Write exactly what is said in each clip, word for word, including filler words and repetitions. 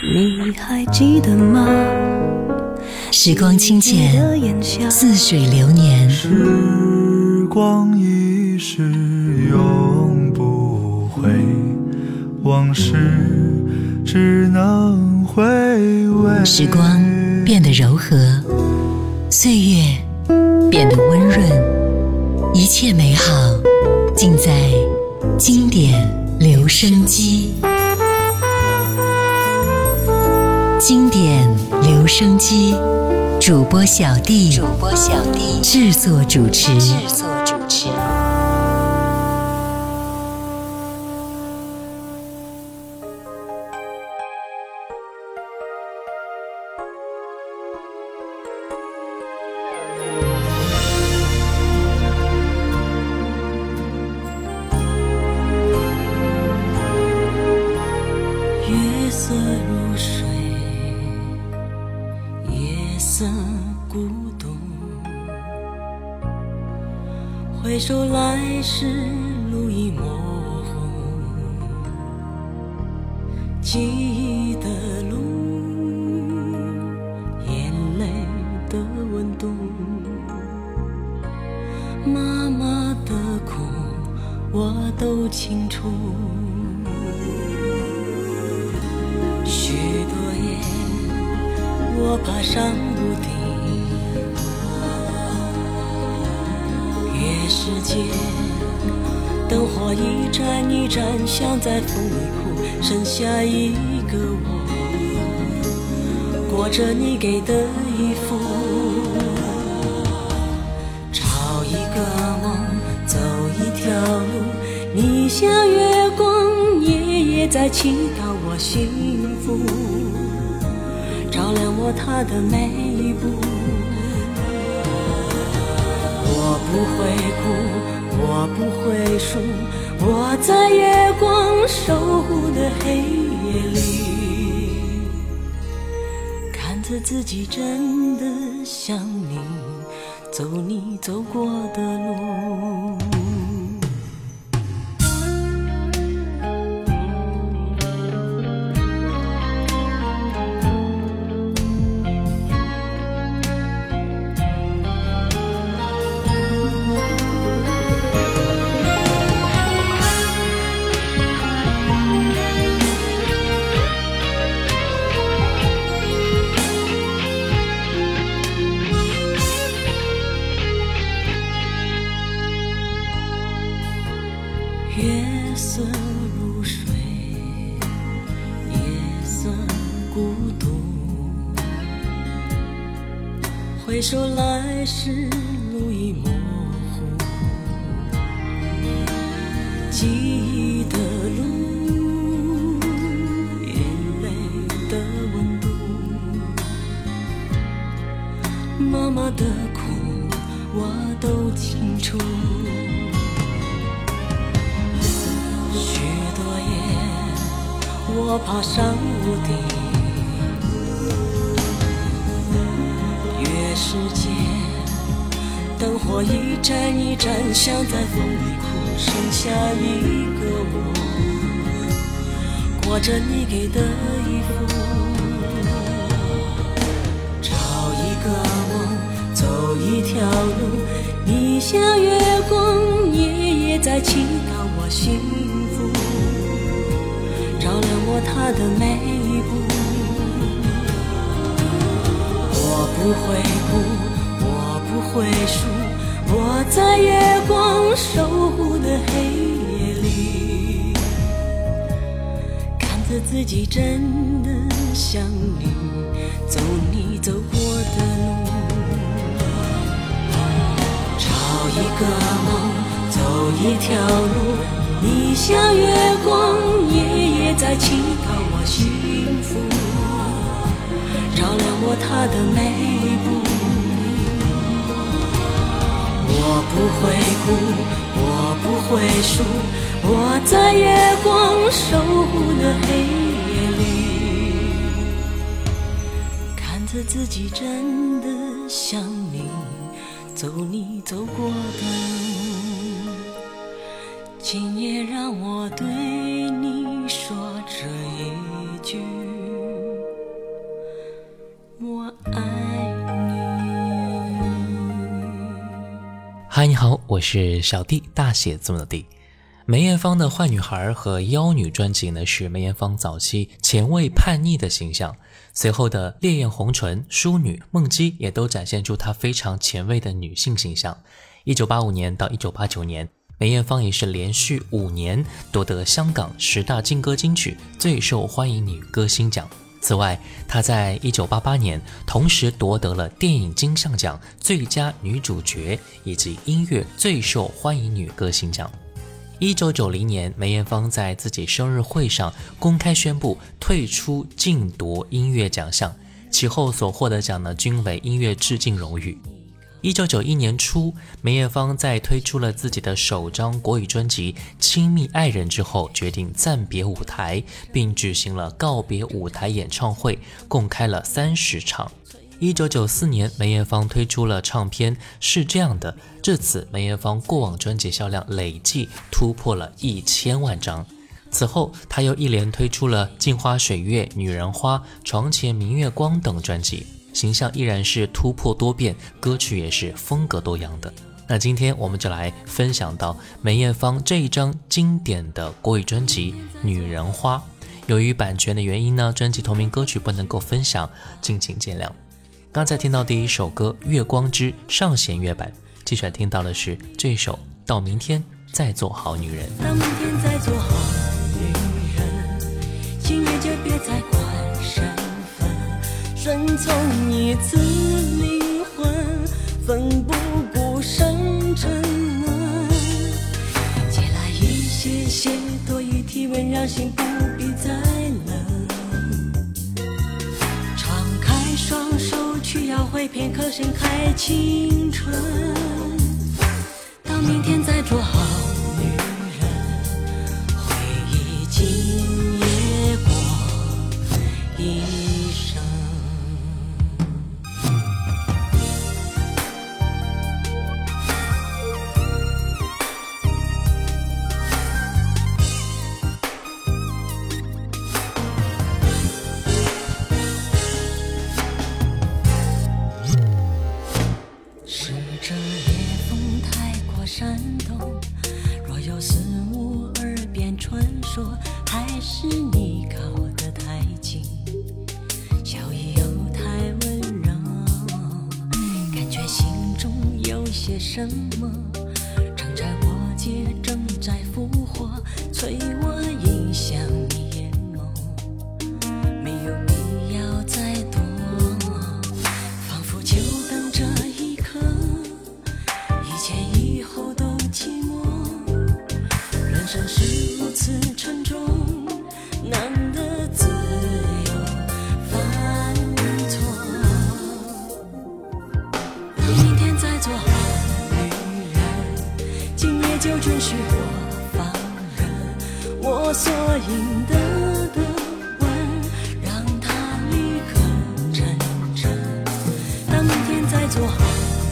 你还记得吗？ 时光清浅，似水流年。 时光一逝永不回，往事只能回味。 时光变得柔和，岁月变得温润，一切美好尽在经典留声机。经典留声机，主播小弟，主播小弟制作主持，制作主持。 月色如水，夜色孤独，回首来时路已模糊，记忆的路，眼泪的温度，妈妈的苦我都清楚。许多夜我爬上屋顶，月世界灯火一盏一盏像在风里哭，剩下一个我裹着你给的衣服，找一个梦走一条路，你像月光夜夜在祈祷我幸福，照亮我他的每一步。我不会哭，我不会输，我在月光守护的黑夜里，看着自己真的像你，走你走过的路。月色如水，夜色孤独，回首来时路已模糊，记忆的路，眼泪的温度，妈妈的苦我都清楚。我爬上屋顶，月世界灯火一盏一盏像在风里哭，剩下一个我裹着你给的衣服，找一个梦走一条路，你像月光夜夜在祈祷我幸福，照亮我他的每一步。我不会哭，我不会输，我在月光守护的黑夜里，看着自己真的像你，走你走过的路，找一个梦走一条路，你像月光夜夜在祈祷我幸福，照亮我他的每一步。我不会哭，我不会输，我在月光守护的黑夜里，看着自己真的像你，走你走过的路。今夜让我对你说这一句， 嗨，你好，我是小弟，大写字母的弟。梅艳芳的坏女孩和妖女专辑呢，是梅艳芳早期前卫叛逆的形象，随后的烈焰红唇、淑女、梦姬也都展现出她非常前卫的女性形象。一九八五年到一九八九年，梅艳芳也是连续五年夺得香港十大劲歌金曲最受欢迎女歌星奖。此外，她在一九八八年同时夺得了电影金像奖最佳女主角以及音乐最受欢迎女歌星奖。一九九零年，梅艳芳在自己生日会上公开宣布退出竞夺音乐奖项，其后所获得奖呢均为音乐致敬荣誉。一九九一年初，梅艳芳在推出了自己的首张国语专辑《亲密爱人》之后，决定暂别舞台，并举行了告别舞台演唱会，共开了三十场。一九九四年，梅艳芳推出了唱片《是这样的》，至此梅艳芳过往专辑销量累计突破了一千万张。此后，她又一连推出了《镜花水月》《女人花》《床前明月光》等专辑，形象依然是突破多变，歌曲也是风格多样的。那今天我们就来分享到梅艳芳这一张经典的国语专辑《女人花》。由于版权的原因呢，专辑同名歌曲不能够分享，敬请见谅。刚才听到第一首歌《月光之上弦月版》，接下来听到的是这首《到明天再做好女人》。 到明天再做好女人，今夜就别再管身份，顺从一次灵魂，奋不顾身沉沦，借来一些些多余体温，让心不必再冷。双手去摇挥片刻，盛开青春。到明天再做好女人，回忆今夜过一生。山洞若有似无，耳边传说，还是你靠得太近，笑意又太温柔，感觉心中有些什么正在瓦解，正在复活，催我迎向你眼眸，没有必要再多，仿佛就等这一刻，一切以后都寂寞，人生是如此沉重，难得自由犯错。明天再做好女人，今夜就准许我放任，我所应得的吻，让它立刻成真。当明天再做好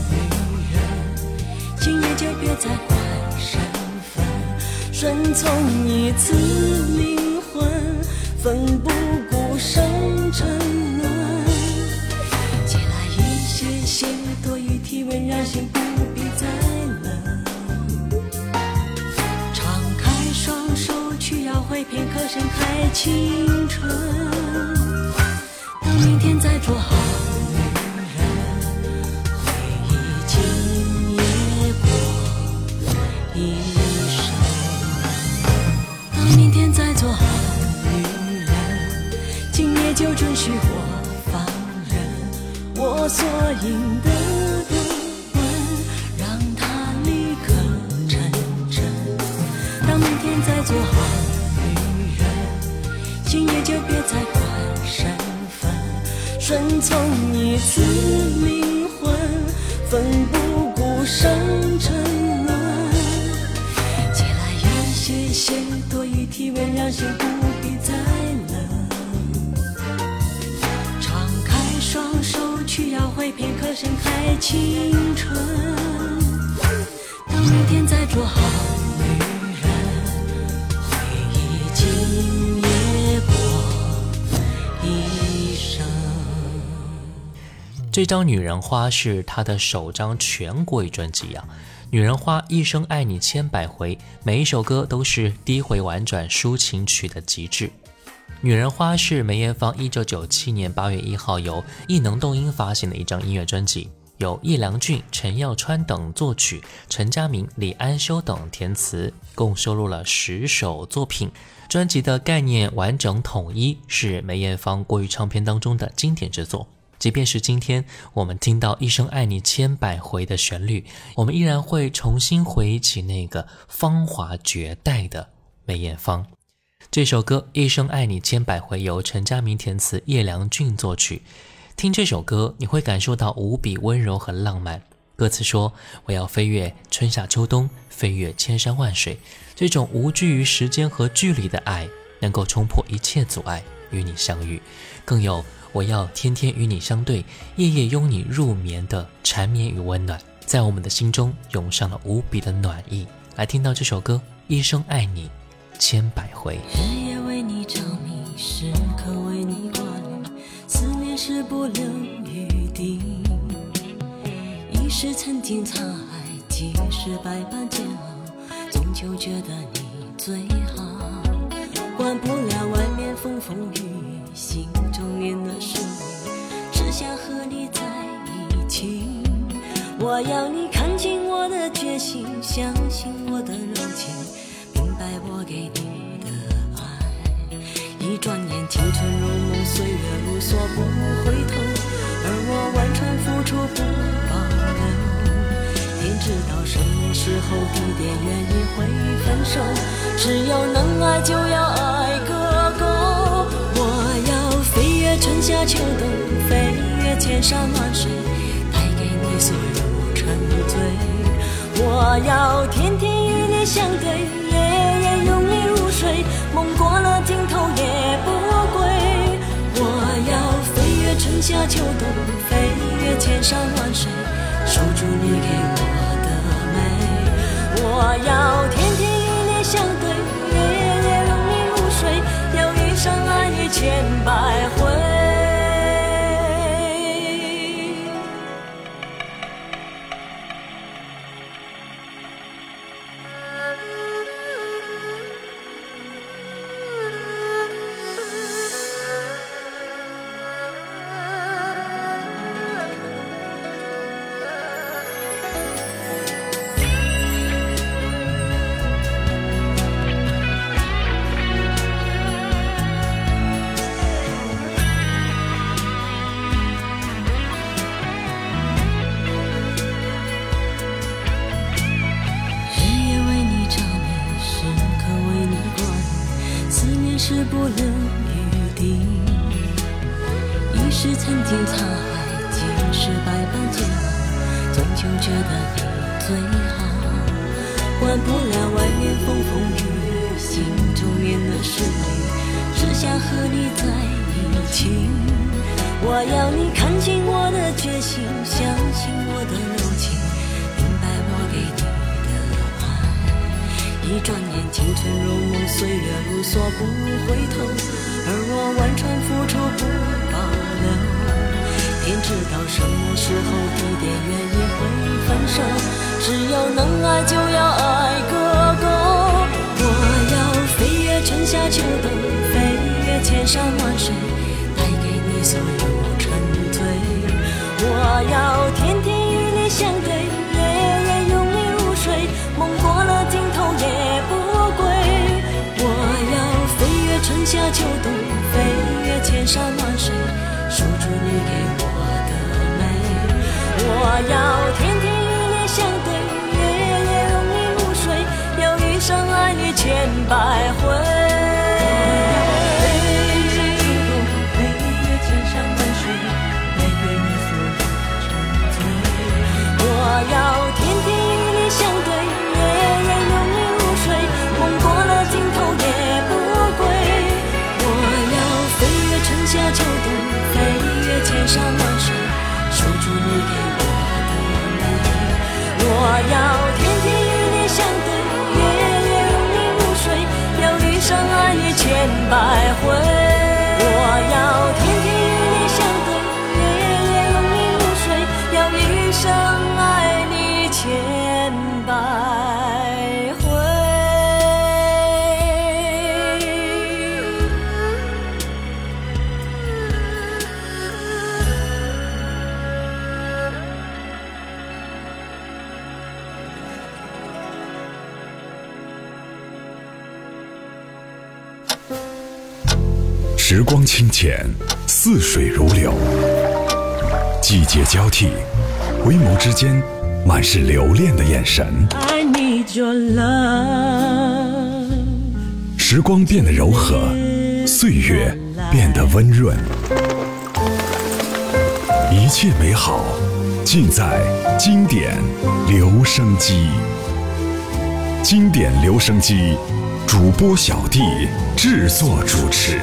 今夜就别再管身份，顺从一次灵魂，奋不顾身沉沦，借来一些些多余体温，让心不必再冷。敞开双手去摇挥片刻，盛开青春。当明天再做好一生，当明天再做好女人，今夜就准许我放任，我所应得的吻，让它立刻成真。当明天再做好女人，今夜就别再管身份，顺从一次灵魂，奋不顾身沉沦，一些多余体温，让心不必再冷。敞开双手去摇挥片刻，盛开青春。当明天再做好女人，回忆今夜过一生。 这张《女人花》是她的首张全国语专辑啊。 女人花一生爱你千百回，每一首歌都是低回婉转抒情曲的极致。女人花是梅艳芳一九九七年八月一号由艺能动音发行的一张音乐专辑，由叶良俊、陈耀川等作曲，陈嘉明、李安修等填词，共收录了十首作品。专辑的概念完整统一，是梅艳芳国语唱片当中的经典之作。即便是今天我们听到一生爱你千百回的旋律，我们依然会重新回忆起那个芳华绝代的梅艳芳。这首歌一生爱你千百回由陈嘉明填词，叶良俊作曲。听这首歌你会感受到无比温柔和浪漫。歌词说，我要飞越春夏秋冬，飞越千山万水，这种无惧于时间和距离的爱，能够冲破一切阻碍，与你相遇。更有我要天天与你相对，夜夜拥你入眠的缠绵与温暖，在我们的心中涌上了无比的暖意。来听到这首歌，一生爱你千百回。 日夜为你着迷，时刻为你挂虑，思念是不留余地。一时曾经沧海，几世百般煎熬，终究觉得你最好。管不了外面风风雨雨，心中念的是你，只想和你在一起。我要你看清我的决心，相信我的柔情，明白我给你的爱。一转眼青春如梦，岁月如梭不回头，而我完全付出不保留。天知道什么时候地点原因会分手，只有能爱就要爱个够。我要飞越春夏秋冬，飞越千山万水，带给你所有沉醉。我要天天与你相对，夜夜拥你入睡，梦过了尽头也不归。我要飞越春夏秋冬，飞越千山万水，守住你给我的美。我要天天与你相对，夜夜拥你入睡，要一生爱你千百回。是不留余地，一时曾经沧海，几世百般煎熬，终究觉得你最好。管不了外面风风雨雨，心中念的是你，只想和你在一起。我要你看清我的决心，相信我的柔情，明白我给你的爱。一转眼青春如梦，岁月如梭不回头，而我完全付出不保留。天知道什么时候地点原因会分手，只有能爱就要爱个够。我要飞越春夏秋冬，飞越千山万水，带给你所有沉醉。我要天天与你相对，夜夜拥你入睡，梦过了尽头也不归。我要飞越春夏秋冬，飞越千山万水，守住你给我的美。我要天天与你相对，夜夜拥你入睡，要一生爱你千百回。我要天天与你相对，夜夜拥你入睡，梦过了尽头也不归。我要飞越春夏秋冬，飞越千山万水，守住你给我的美。我要天天与你相对，夜夜拥你入睡，要一生爱你千百回。我要天天与你相对，夜夜拥你入睡，要一生爱千百时光清浅，似水如流，季节交替，回眸之间满是留恋的眼神。 I need your love。 时光变得柔和，岁月变得温润，一切美好尽在经典留声机。经典留声机，主播小弟制作主持。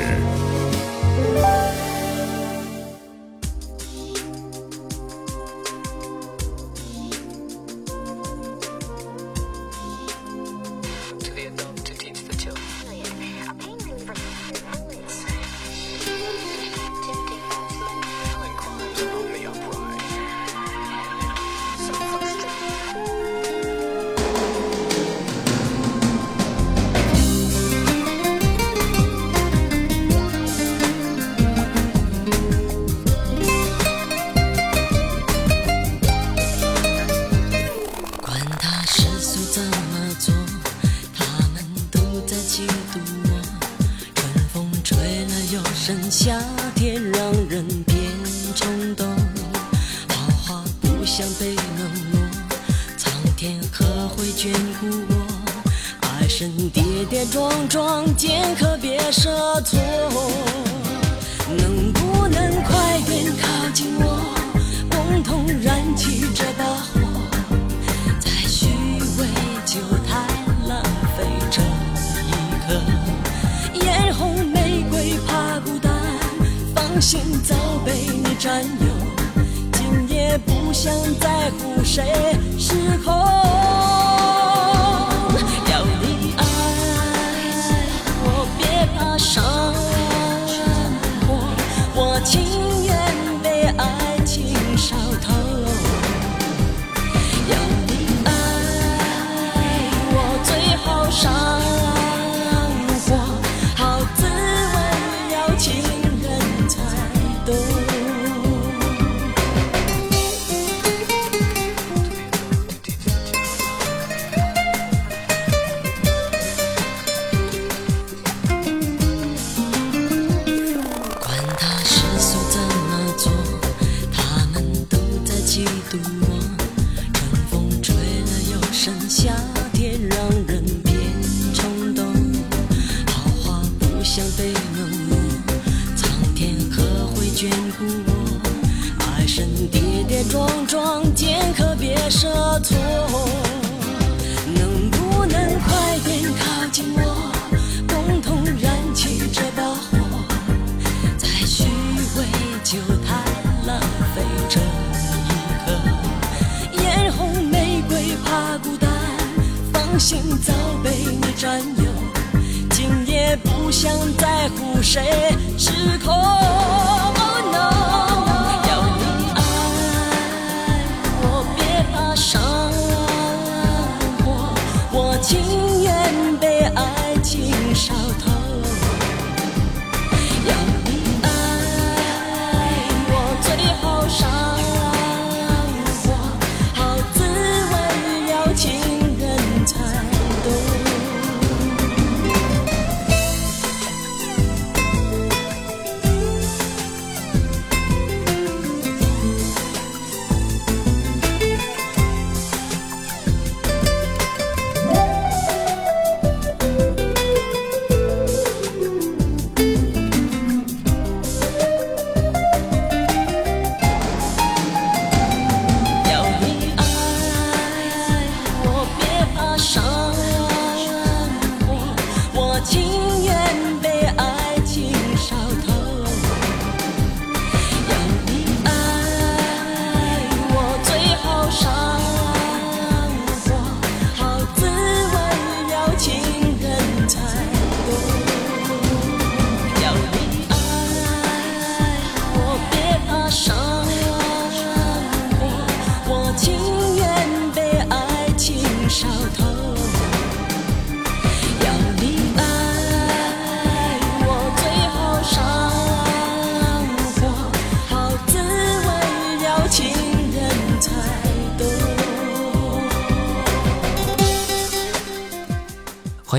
夏天让人变冲动，好话不想被冷落，苍天可会眷顾我？爱神跌跌撞撞，剑可别舍错。能不能快点靠近我，共同燃起这把火？再虚伪就太浪费这一刻。眼红玫瑰怕孤单，放心早被你占有，今夜不想在乎谁失控。要你爱我，别怕伤我，我情愿被爱情烧透。要你爱我，最好伤我，好滋味要情人才懂。管他世俗怎么做，他们都在嫉妒我。春风吹了又剩夏天，让人变冲动。好话不想被冷落，苍天可会眷顾我？爱神跌跌撞撞，剑可别舍错。能不能快点靠近我，共同燃起这把火？再虚伪就太浪费这一刻。眼红玫瑰怕孤单，放心早被你占有，今夜不想在乎谁失控。Oh no， 要你爱我，别怕伤我，我情愿被爱情烧透。要你爱我，最好伤我，好滋味要情人才懂。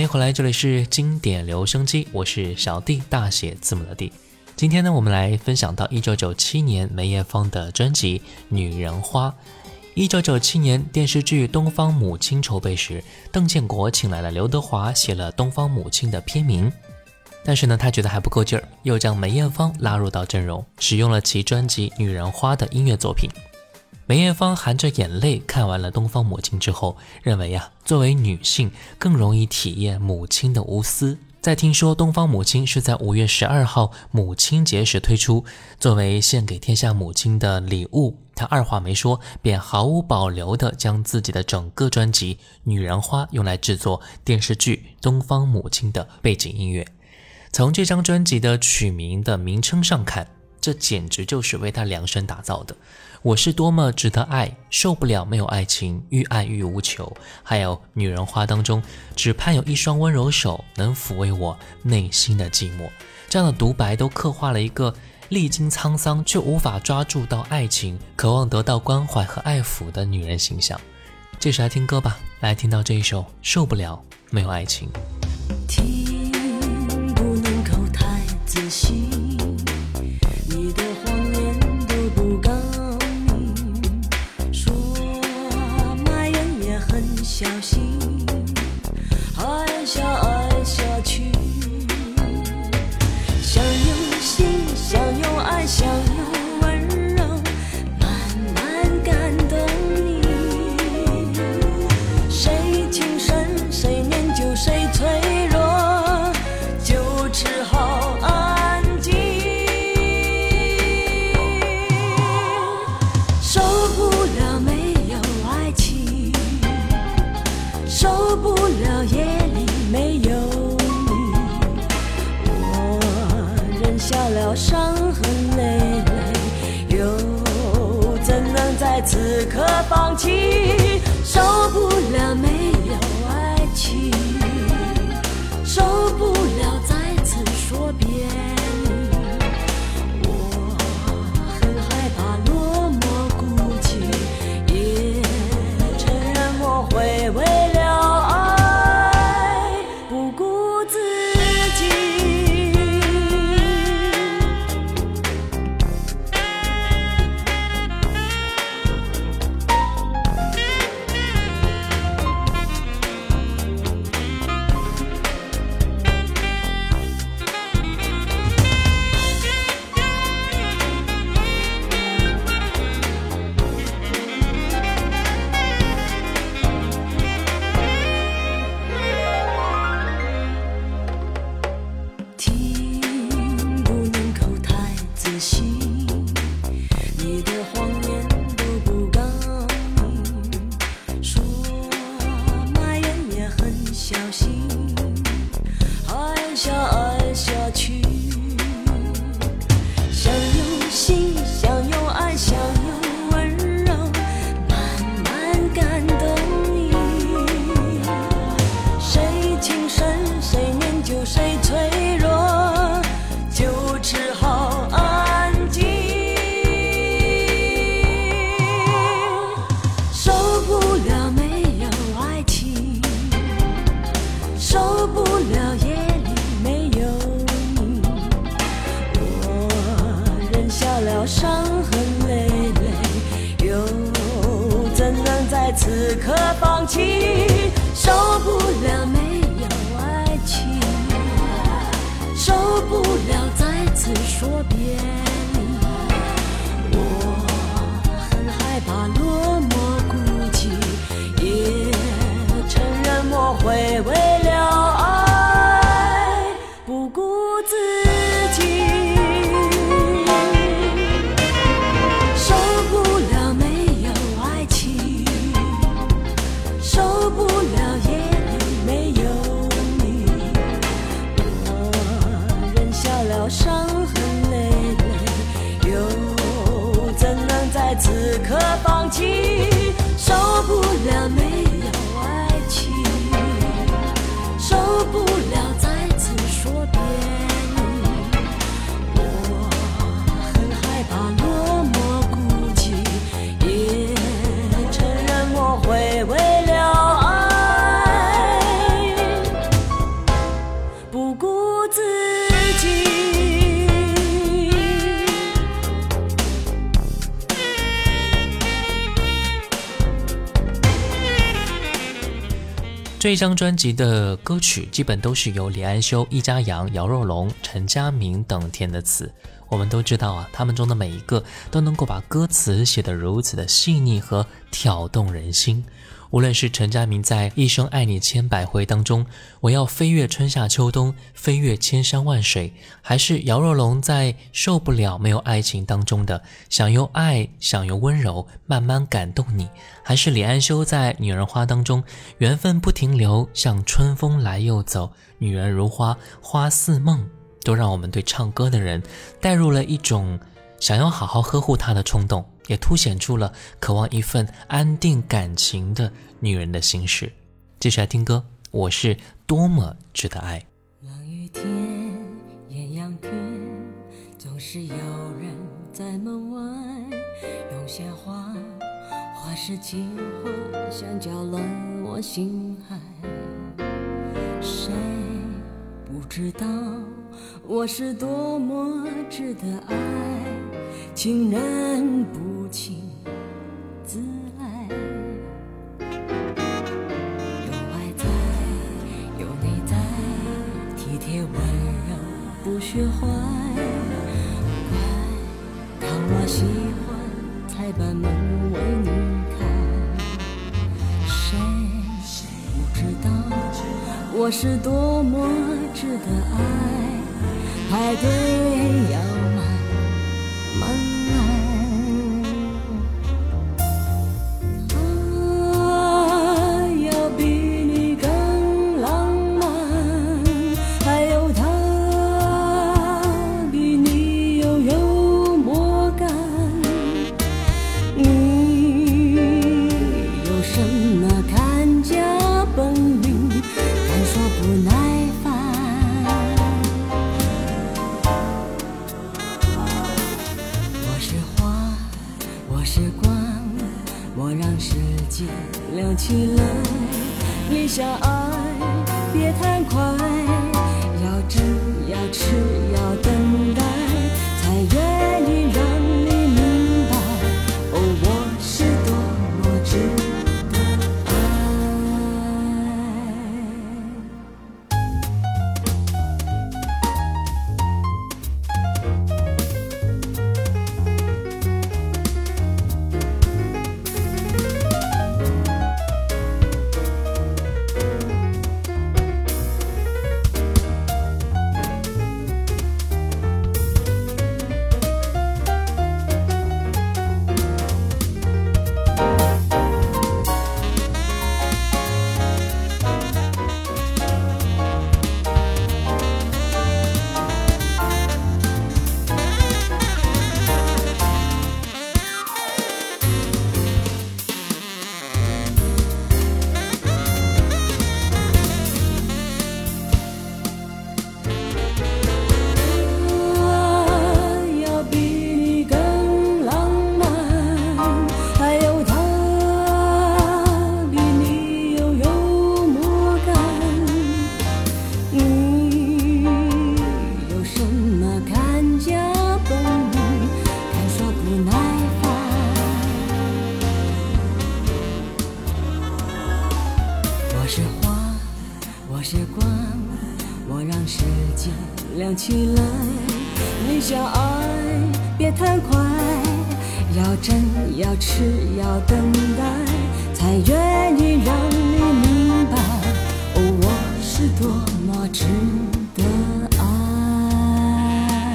回来，这里是经典留声机，我是小弟，大写字母的弟。今天呢，我们来分享到一九九七年梅艳芳的专辑《女人花》。一九九七年电视剧《东方母亲》筹备时，邓建国请来了刘德华写了《东方母亲》的片名，但是呢，他觉得还不够劲儿，又将梅艳芳拉入到阵容，使用了其专辑《女人花》的音乐作品。梅艳芳含着眼泪看完了《东方母亲》之后，认为啊，作为女性更容易体验母亲的无私。在听说《东方母亲》是在五月十二号母亲节时推出，作为献给天下母亲的礼物，她二话没说，便毫无保留地将自己的整个专辑《女人花》用来制作电视剧《东方母亲》的背景音乐。从这张专辑的曲名的名称上看，这简直就是为她量身打造的。我是多么值得爱，受不了没有爱情，愈爱愈无求。还有《女人花》当中，只盼有一双温柔手能抚慰我内心的寂寞。这样的独白都刻画了一个历经沧桑却无法抓住到爱情，渴望得到关怀和爱抚的女人形象。这时来听歌吧，来听到这一首《受不了没有爱情》。 听不能够太仔细，你的谎言都不告明，说埋怨也很小心，爱下爱下去，想用心，想用爱，想用温柔，慢慢感动你。谁情深，谁念旧，谁脆弱，就只好安静。受不了没有爱情，受不了夜里没有你，我忍下了伤痕累累，又怎能在此刻放弃？受不了没有爱情，受不了再次说别离，我很害怕落寞孤寂，也承认我会为了爱不顾自己。听不能够太仔细，你的谎言都不告明，说埋怨也很小心，爱下爱下去，想用心，想用爱，想用温柔，慢慢感动你。谁情深，谁念旧，谁脆弱，就只好安静。受不了没有爱情，受不了夜里没有你，我忍下了伤痕累累，又怎能在此刻放弃？受不了没有爱情，受不了再次说别离，我很害怕落寞孤寂，也承认我会为了爱不顾自己。受不了没有爱情，受不了夜里没有你，我忍下了伤痕累累，又怎能在此刻放弃？受不了没有爱情，受不了再次说别离，我很害怕落寞孤寂，也承认我会为了爱这张专辑的歌曲基本都是由李安修、易家扬、姚若龙、陈嘉明等填的词。我们都知道啊，他们中的每一个都能够把歌词写得如此的细腻和挑动人心。无论是陈嘉明在《一生爱你千百回》当中，我要飞越春夏秋冬，飞越千山万水，还是姚若龙在《受不了没有爱情》当中的想用爱，想用温柔慢慢感动你，还是李安修在《女人花》当中，缘分不停留，像春风来又走，女人如花，花似梦，都让我们对唱歌的人带入了一种想要好好呵护她的冲动，也凸显出了渴望一份安定感情的女人的心事。继续来听歌，我是多么值得爱。 冷雨天，艳阳天，总是有人在门外用鲜花，花是情话，想搅乱我心海。谁不知道我是多么值得爱，情人不请自来，有外在有内在，体贴温柔不学坏，乖，看我喜欢才把门为你开。谁不知道我是多么值得爱，排队要慢慢来，他要比你更浪漫，还有他比你有幽默感，你有什么看家本领，敢说不耐烦，我是光，我让世界亮起来。你想爱，别太快，要争，要吃，要等待，才愿意让你明白，哦，我是多么值得亮起来。你想爱，别太快，要争，要吃，要等待，才愿意让你明白，哦，我是多么值得爱。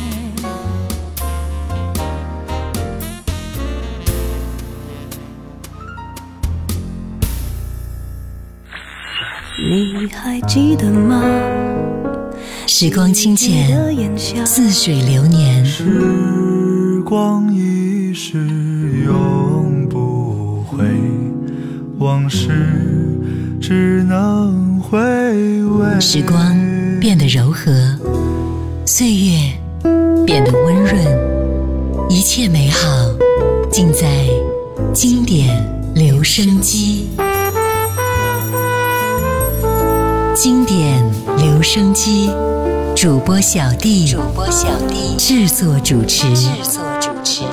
你还记得吗？ 时光清浅，似水流年。 时光一逝永不回，往事只能回味。 时光变得柔和，岁月变得温润，一切美好尽在经典留声机。经典留声机，主播小弟，主播小弟制作主持，制作主持。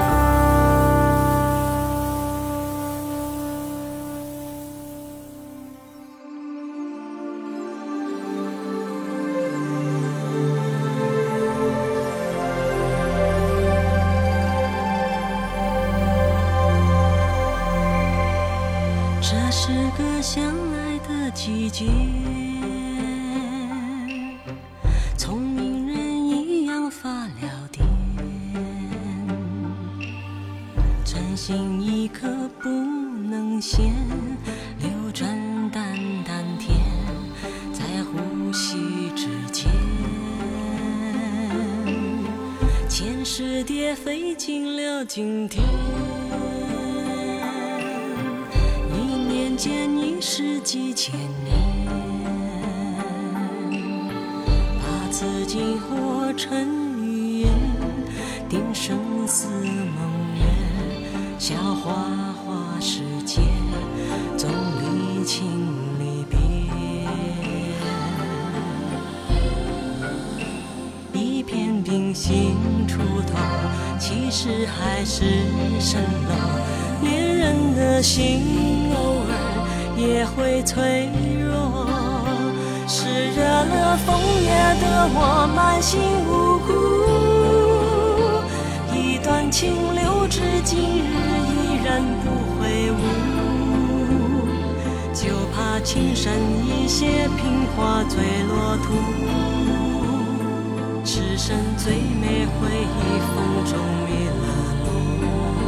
是个相爱的季节，聪明人一样发了癫，真心一颗不能闲，流转淡淡甜，在呼吸之间，前世蝶飞进了今天，一念间已是几千年，把自己活成语言，定生死梦魇，笑花花世界，总离情离别，一片冰心出头，其实还是蜃楼，恋人的心偶尔也会脆弱，是热了风月的我满心无辜，一段情留至今日依然不悔悟，就怕情深一些萍花坠落土，此生最美回忆风中迷了路。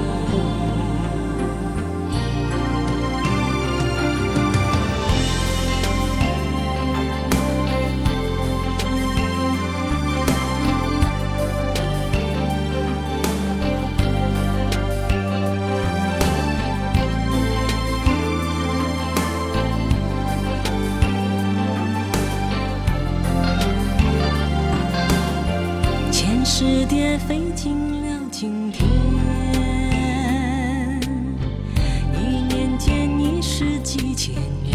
是蝶飞进了今天，一念间已是几千年，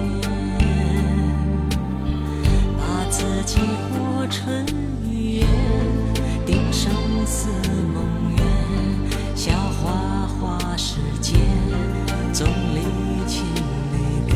把自己活成语言，定生死梦魇，笑花花世间，总离情离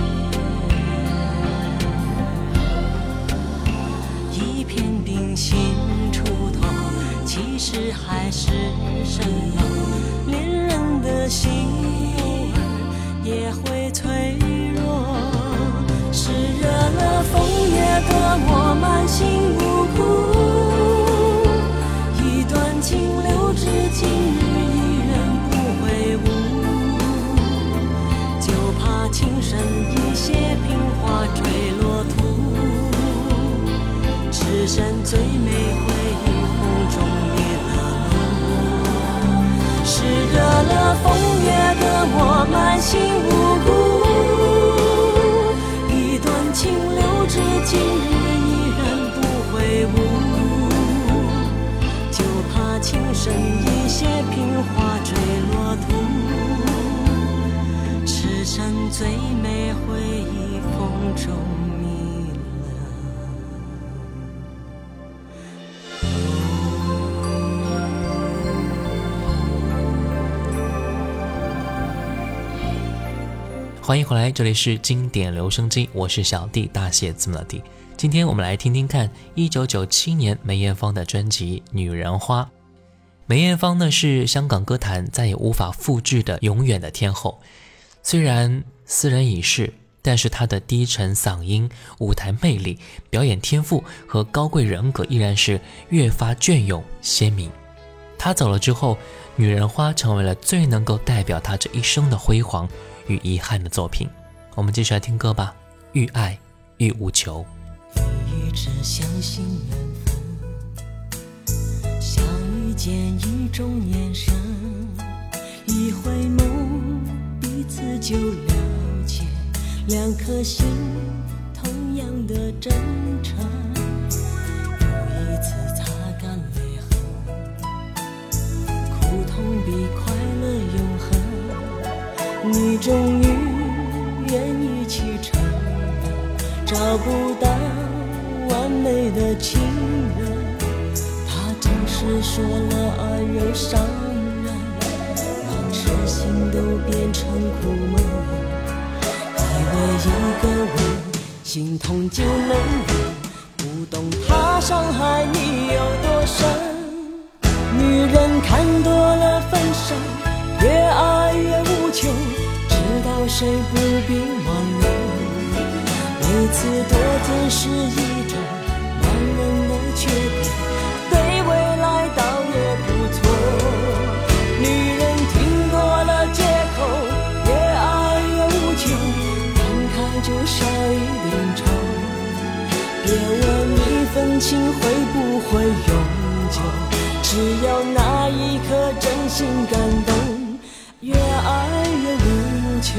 别，一片冰心其实还是蜃楼，恋人的心偶尔也会脆弱，是热了风月的我满心无辜，一段情留至今日依然不悔悟，就怕情深一些萍花坠落土，此生最美回忆风中迷了路，是热了风月的我满心无辜，一段情留至今日依然不悔悟，就怕情深一些萍花坠落土，此生最美回忆风中迷了。 欢迎回来，这里是经典留声机，我是小弟，大写字母的弟。今天我们来听听看一九九七年梅艳芳的专辑《女人花》。梅艳芳呢是香港歌坛再也无法复制的永远的天后，虽然斯人已逝，但是她的低沉嗓音、舞台魅力、表演天赋和高贵人格依然是越发隽永鲜明。她走了之后，《女人花》成为了最能够代表她这一生的辉煌与遗憾的作品。我们继续来听歌吧，愈爱愈无求。 一直相信缘分，像遇见一种眼神，一回眸彼此就了解，两颗心同样的真诚，又一次擦干泪痕，苦痛比快乐永恒，你终于愿意去承认，找不到完美的情人，他总是说了爱又伤人，让痴心都变成苦闷，以为一个吻心痛就能忍，不懂他伤害你有多深。女人看多了分手，越爱越无求，直到谁不必挽留。每次多甜是一种男人的缺点，对未来倒也不错。女人听多了借口，越爱越无求，放开就少一点愁。别问一份情会不会永久，只要那一刻真心感动，越爱越无求。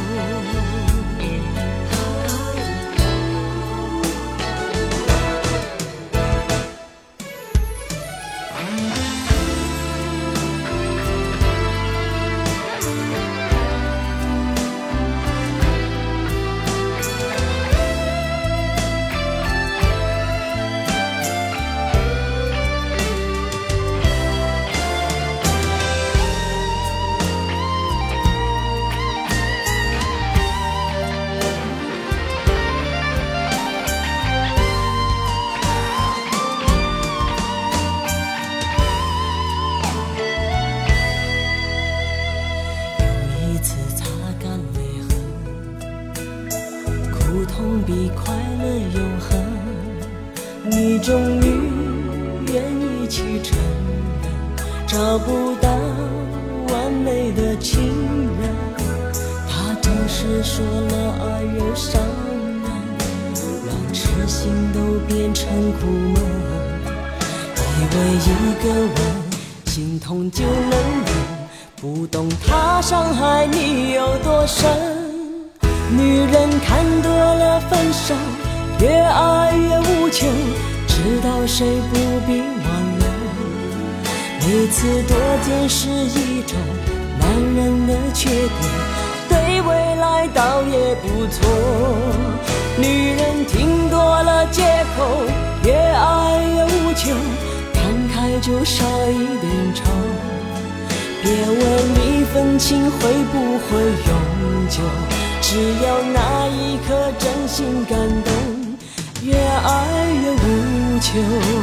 苦痛比快乐永恒，你终于愿意去承认，找不到完美的情人。他总是说了爱越伤人，让痴心都变成苦闷。以为一个吻心痛就能忍，不懂他伤害你有多深。女人看多了分手，越爱越无求，知道谁不必挽留。每次多甜是一种男人的缺点，对未来倒也不错。女人听多了借口，越爱越无求，看开就少一点愁。别问一份情会不会永久，只要那一刻真心感动，越爱越无求。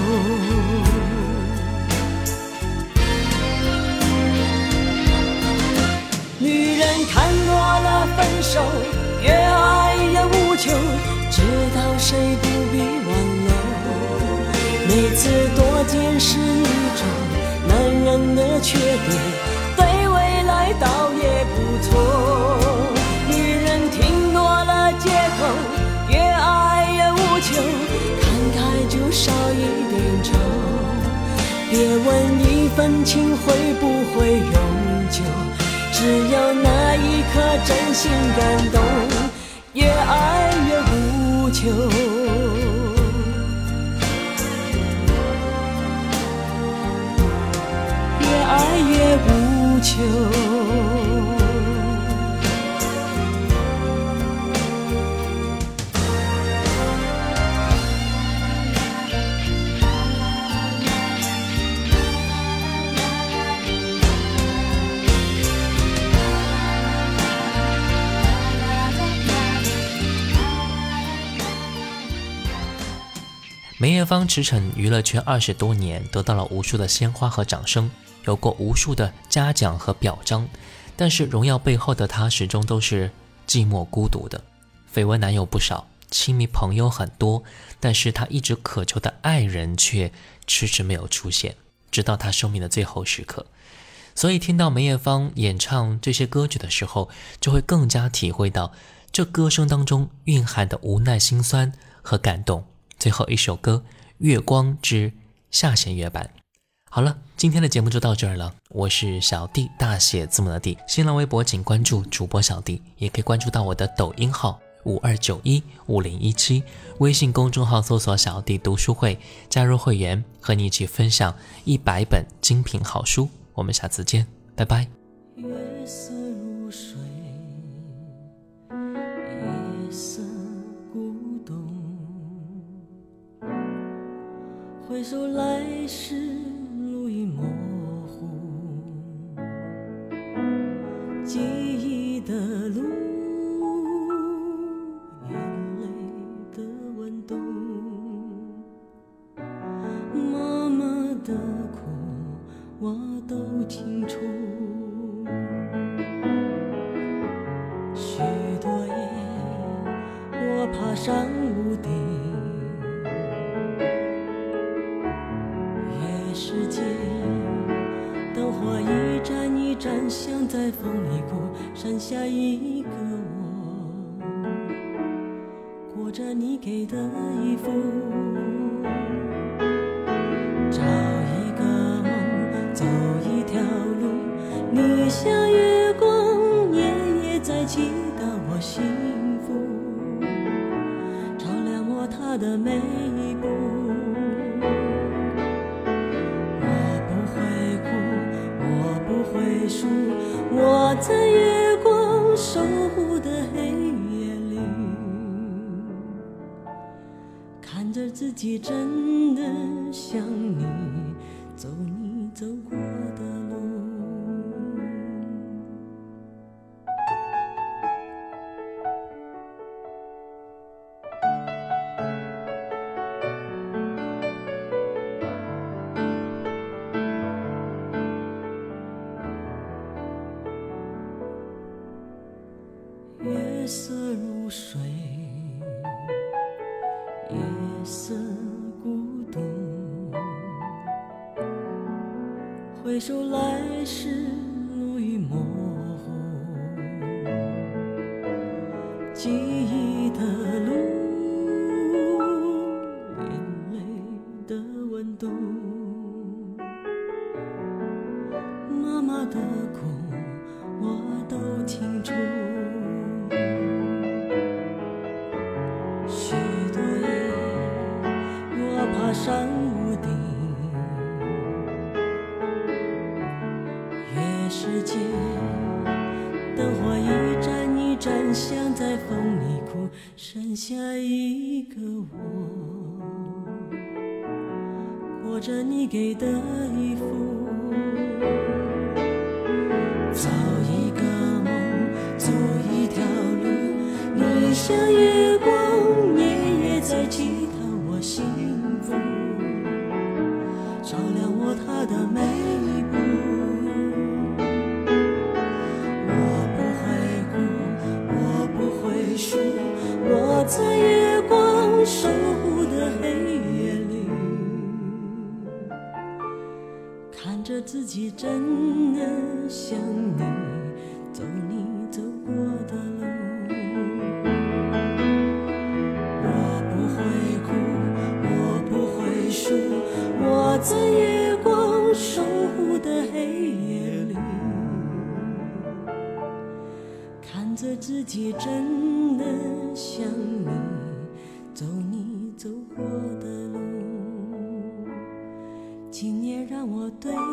女人看多了分手，越爱越无求，知道谁不必挽留。每次多甜是一种男人的缺点，对未来倒也不错。女人听多了借口，越爱越无求，看开就少一点愁。别问一份情会不会永久，只要那一刻真心感动，越爱越无求，越爱越无求。 梅艳芳驰骋娱乐圈二十多年，得到了无数的鲜花和掌声，有过无数的嘉奖和表彰，但是荣耀背后的她始终都是寂寞孤独的。绯闻男友不少，亲密朋友很多，但是她一直渴求的爱人却迟迟没有出现，直到她生命的最后时刻。所以听到梅艳芳演唱这些歌曲的时候，就会更加体会到这歌声当中蕴含的无奈、心酸和感动。最后一首歌《月光之下弦月版》。好了，今天的节目就到这儿了。我是小弟，大写字母的弟。新浪微博请关注主播小弟，也可以关注到我的抖音号五二九一五零一七，微信公众号搜索小弟读书会，加入会员，和你一起分享一百本精品好书。我们下次见，拜拜。 月色如水，夜色孤独，回首来时路已模糊，记忆的路，眼泪的温度，妈妈的苦我都清楚。雪爬上屋顶，月是街，灯火一盏一盏像在风里哭，剩下一个我，过着你给的衣服，找一个梦，走一条路，你像月光，夜夜在祈祷我幸福，照亮我踏的每一步。我不会哭，我不会输，我在月光守护的黑夜里，看着自己真的像你，走你走过的路。月色如水，夜色孤独，回首来时路已模糊，记忆的路，眼泪的温度，妈妈的苦我都清楚，许多夜我爬上屋顶，月是街，灯火一盏一盏像在风里哭，剩下一个我，过着你给的衣服，找一个梦，走一条路，你像月光，夜夜在祈祷我幸福，照亮我踏的每一步。我不会哭，我不会输，我在月光守护的黑夜里，看着自己真的像你，走你走过的路。我不会哭，我不会输，我在月光守护的黑夜里，看着自己真的像你，走你走过的路。今夜让我对